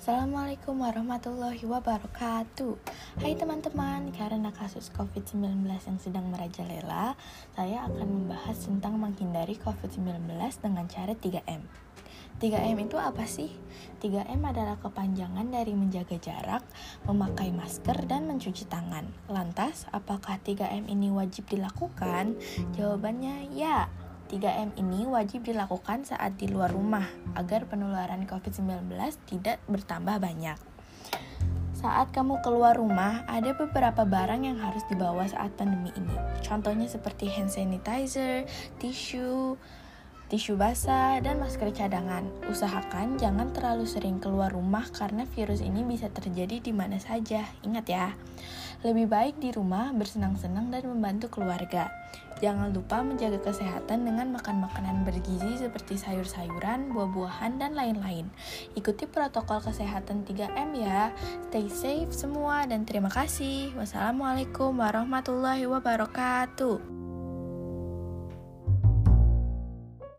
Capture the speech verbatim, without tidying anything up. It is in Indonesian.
Assalamualaikum warahmatullahi wabarakatuh. Hai teman-teman, karena kasus covid sembilan belas yang sedang merajalela, saya akan membahas tentang menghindari covid sembilan belas dengan cara tiga M. tiga M itu apa sih? tiga M adalah kepanjangan dari menjaga jarak, memakai masker, dan mencuci tangan. Lantas, apakah tiga M ini wajib dilakukan? Jawabannya ya. tiga M ini wajib dilakukan saat di luar rumah agar penularan covid sembilan belas tidak bertambah banyak. Saat kamu keluar rumah, ada beberapa barang yang harus dibawa saat pandemi ini. Contohnya seperti hand sanitizer, tisu, tisu basah, dan masker cadangan. Usahakan jangan terlalu sering keluar rumah karena virus ini bisa terjadi di mana saja. Ingat ya, lebih baik di rumah bersenang-senang dan membantu keluarga. Jangan lupa menjaga kesehatan dengan makan makanan bergizi seperti sayur-sayuran, buah-buahan, dan lain-lain. Ikuti protokol kesehatan tiga M ya. Stay safe semua dan terima kasih. Wassalamualaikum warahmatullahi wabarakatuh.